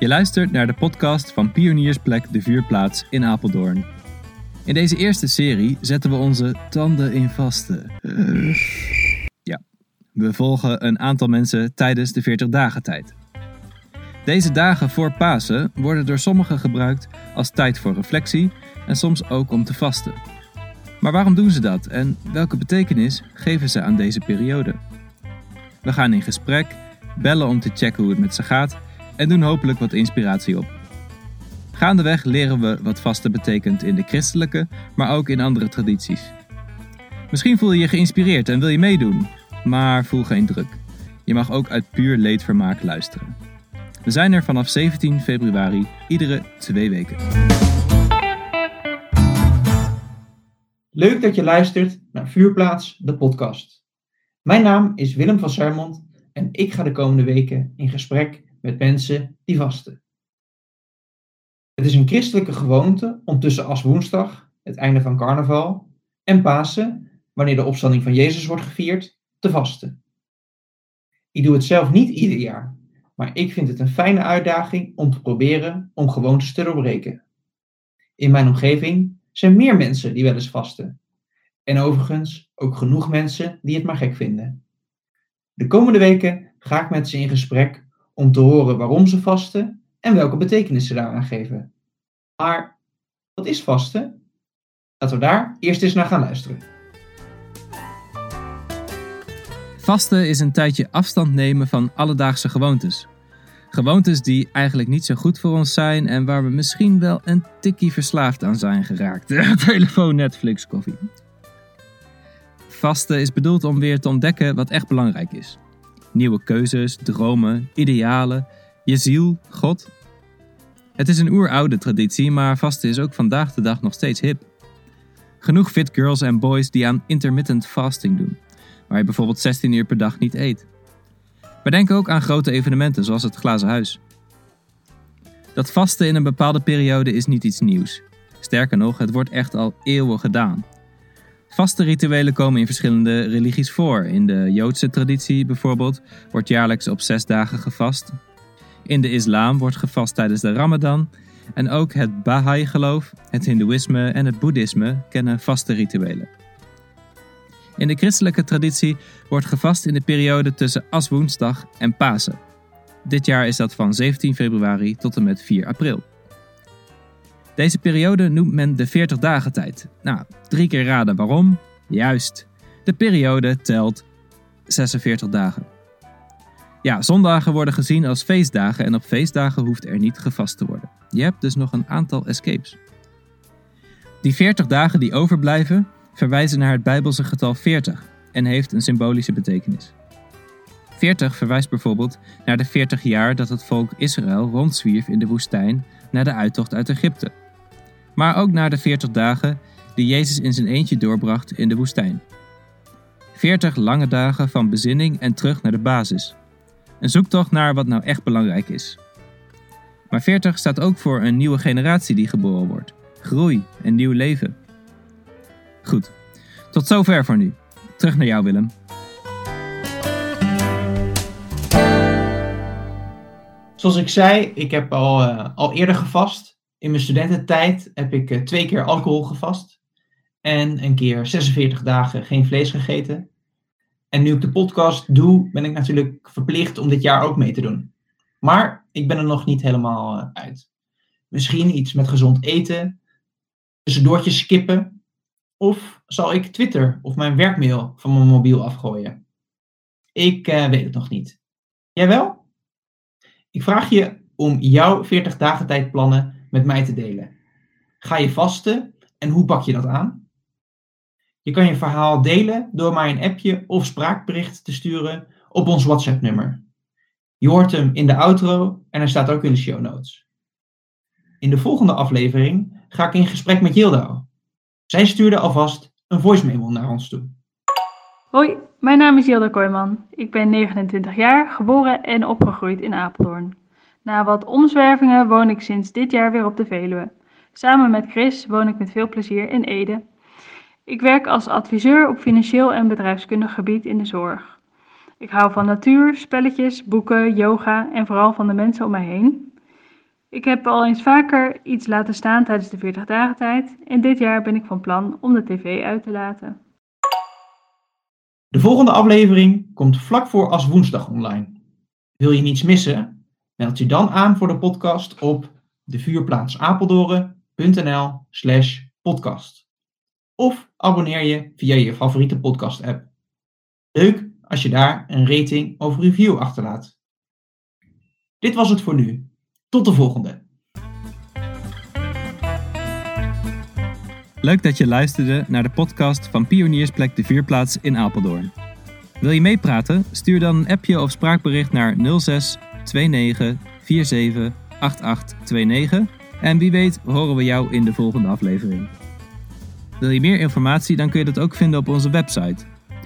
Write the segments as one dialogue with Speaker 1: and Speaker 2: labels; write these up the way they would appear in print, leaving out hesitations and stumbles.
Speaker 1: Je luistert naar de podcast van Pioniersplek De Vuurplaats in Apeldoorn. In deze eerste serie zetten we onze tanden in vasten. We volgen een aantal mensen tijdens de 40 dagen tijd. Deze dagen voor Pasen worden door sommigen gebruikt als tijd voor reflectie en soms ook om te vasten. Maar waarom doen ze dat en welke betekenis geven ze aan deze periode? We gaan in gesprek, bellen om te checken hoe het met ze gaat en doen hopelijk wat inspiratie op. Gaandeweg leren we wat vasten betekent in de christelijke, maar ook in andere tradities. Misschien voel je je geïnspireerd en wil je meedoen, maar voel geen druk. Je mag ook uit puur leedvermaak luisteren. We zijn er vanaf 17 februari, iedere 2 weken.
Speaker 2: Leuk dat je luistert naar Vuurplaats, de podcast. Mijn naam is Willem van Sermond en ik ga de komende weken in gesprek met mensen die vasten. Het is een christelijke gewoonte om tussen Aswoensdag, het einde van carnaval, en Pasen, wanneer de opstanding van Jezus wordt gevierd, te vasten. Ik doe het zelf niet ieder jaar, maar ik vind het een fijne uitdaging om te proberen om gewoontes te doorbreken. In mijn omgeving zijn meer mensen die wel eens vasten. En overigens ook genoeg mensen die het maar gek vinden. De komende weken ga ik met ze in gesprek om te horen waarom ze vasten en welke betekenis ze daaraan geven. Maar wat is vasten? Laten we daar eerst eens naar gaan luisteren.
Speaker 1: Vasten is een tijdje afstand nemen van alledaagse gewoontes. Gewoontes die eigenlijk niet zo goed voor ons zijn en waar we misschien wel een tikkie verslaafd aan zijn geraakt. Telefoon, Netflix, koffie. Vasten is bedoeld om weer te ontdekken wat echt belangrijk is. Nieuwe keuzes, dromen, idealen, je ziel, God. Het is een oeroude traditie, maar vasten is ook vandaag de dag nog steeds hip. Genoeg fit girls en boys die aan intermittent fasting doen, waar je bijvoorbeeld 16 uur per dag niet eet. Maar denk ook aan grote evenementen zoals het Glazen Huis. Dat vasten in een bepaalde periode is niet iets nieuws. Sterker nog, het wordt echt al eeuwen gedaan. Vastenrituelen komen in verschillende religies voor. In de Joodse traditie bijvoorbeeld wordt jaarlijks op 6 dagen gevast. In de islam wordt gevast tijdens de Ramadan. En ook het Bahá'í-geloof, het Hindoeïsme en het Boeddhisme kennen vastenrituelen. In de christelijke traditie wordt gevast in de periode tussen Aswoensdag en Pasen. Dit jaar is dat van 17 februari tot en met 4 april. Deze periode noemt men de 40 dagen tijd. 3 keer raden waarom? Juist, de periode telt 46 dagen. Ja, zondagen worden gezien als feestdagen en op feestdagen hoeft er niet gevast te worden. Je hebt dus nog een aantal escapes. Die 40 dagen die overblijven verwijzen naar het Bijbelse getal 40 en heeft een symbolische betekenis. 40 verwijst bijvoorbeeld naar de 40 jaar dat het volk Israël rondzwierf in de woestijn na de uittocht uit Egypte. Maar ook naar de 40 dagen die Jezus in zijn eentje doorbracht in de woestijn. 40 lange dagen van bezinning en terug naar de basis. Een zoektocht naar wat nou echt belangrijk is. Maar 40 staat ook voor een nieuwe generatie die geboren wordt. Groei en nieuw leven. Goed, tot zover voor nu. Terug naar jou, Willem.
Speaker 2: Zoals ik zei, ik heb al eerder gevast. In mijn studententijd heb ik 2 keer alcohol gevast. En een keer 46 dagen geen vlees gegeten. En nu ik de podcast doe, ben ik natuurlijk verplicht om dit jaar ook mee te doen. Maar ik ben er nog niet helemaal uit. Misschien iets met gezond eten, tussendoortjes skippen. Of zal ik Twitter of mijn werkmail van mijn mobiel afgooien? Ik weet het nog niet. Jij wel? Ik vraag je om jouw 40 dagen tijdplannen met mij te delen. Ga je vasten en hoe pak je dat aan? Je kan je verhaal delen door mij een appje of spraakbericht te sturen op ons WhatsApp-nummer. Je hoort hem in de outro en hij staat ook in de show notes. In de volgende aflevering ga ik in gesprek met Yildau. Zij stuurde alvast een voicemail naar ons toe.
Speaker 3: Hoi, mijn naam is Yildau Kooijman. Ik ben 29 jaar, geboren en opgegroeid in Apeldoorn. Na wat omzwervingen woon ik sinds dit jaar weer op de Veluwe. Samen met Chris woon ik met veel plezier in Ede. Ik werk als adviseur op financieel en bedrijfskundig gebied in de zorg. Ik hou van natuur, spelletjes, boeken, yoga en vooral van de mensen om mij heen. Ik heb al eens vaker iets laten staan tijdens de 40 dagen tijd en dit jaar ben ik van plan om de tv uit te laten.
Speaker 2: De volgende aflevering komt vlak voor Aswoensdag online. Wil je niets missen? Meld je dan aan voor de podcast op devuurplaatsapeldoorn.nl/podcast. Of abonneer je via je favoriete podcast app. Leuk als je daar een rating of review achterlaat. Dit was het voor nu. Tot de volgende.
Speaker 1: Leuk dat je luisterde naar de podcast van Pioniersplek de Vuurplaats in Apeldoorn. Wil je meepraten? Stuur dan een appje of spraakbericht naar 06 29 47 8829 en wie weet horen we jou in de volgende aflevering. Wil je meer informatie? Dan kun je dat ook vinden op onze website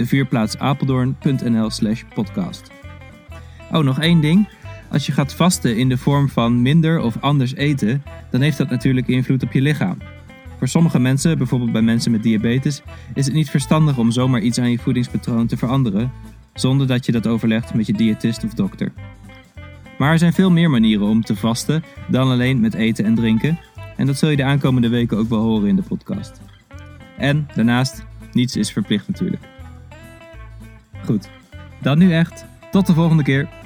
Speaker 1: devuurplaatsapeldoorn.nl/podcast. Oh, nog één ding. Als je gaat vasten in de vorm van minder of anders eten, dan heeft dat natuurlijk invloed op je lichaam. Voor sommige mensen, bijvoorbeeld bij mensen met diabetes, is het niet verstandig om zomaar iets aan je voedingspatroon te veranderen, zonder dat je dat overlegt met je diëtist of dokter. Maar er zijn veel meer manieren om te vasten dan alleen met eten en drinken, en dat zul je de aankomende weken ook wel horen in de podcast. En daarnaast, niets is verplicht natuurlijk. Goed, dan nu echt. Tot de volgende keer.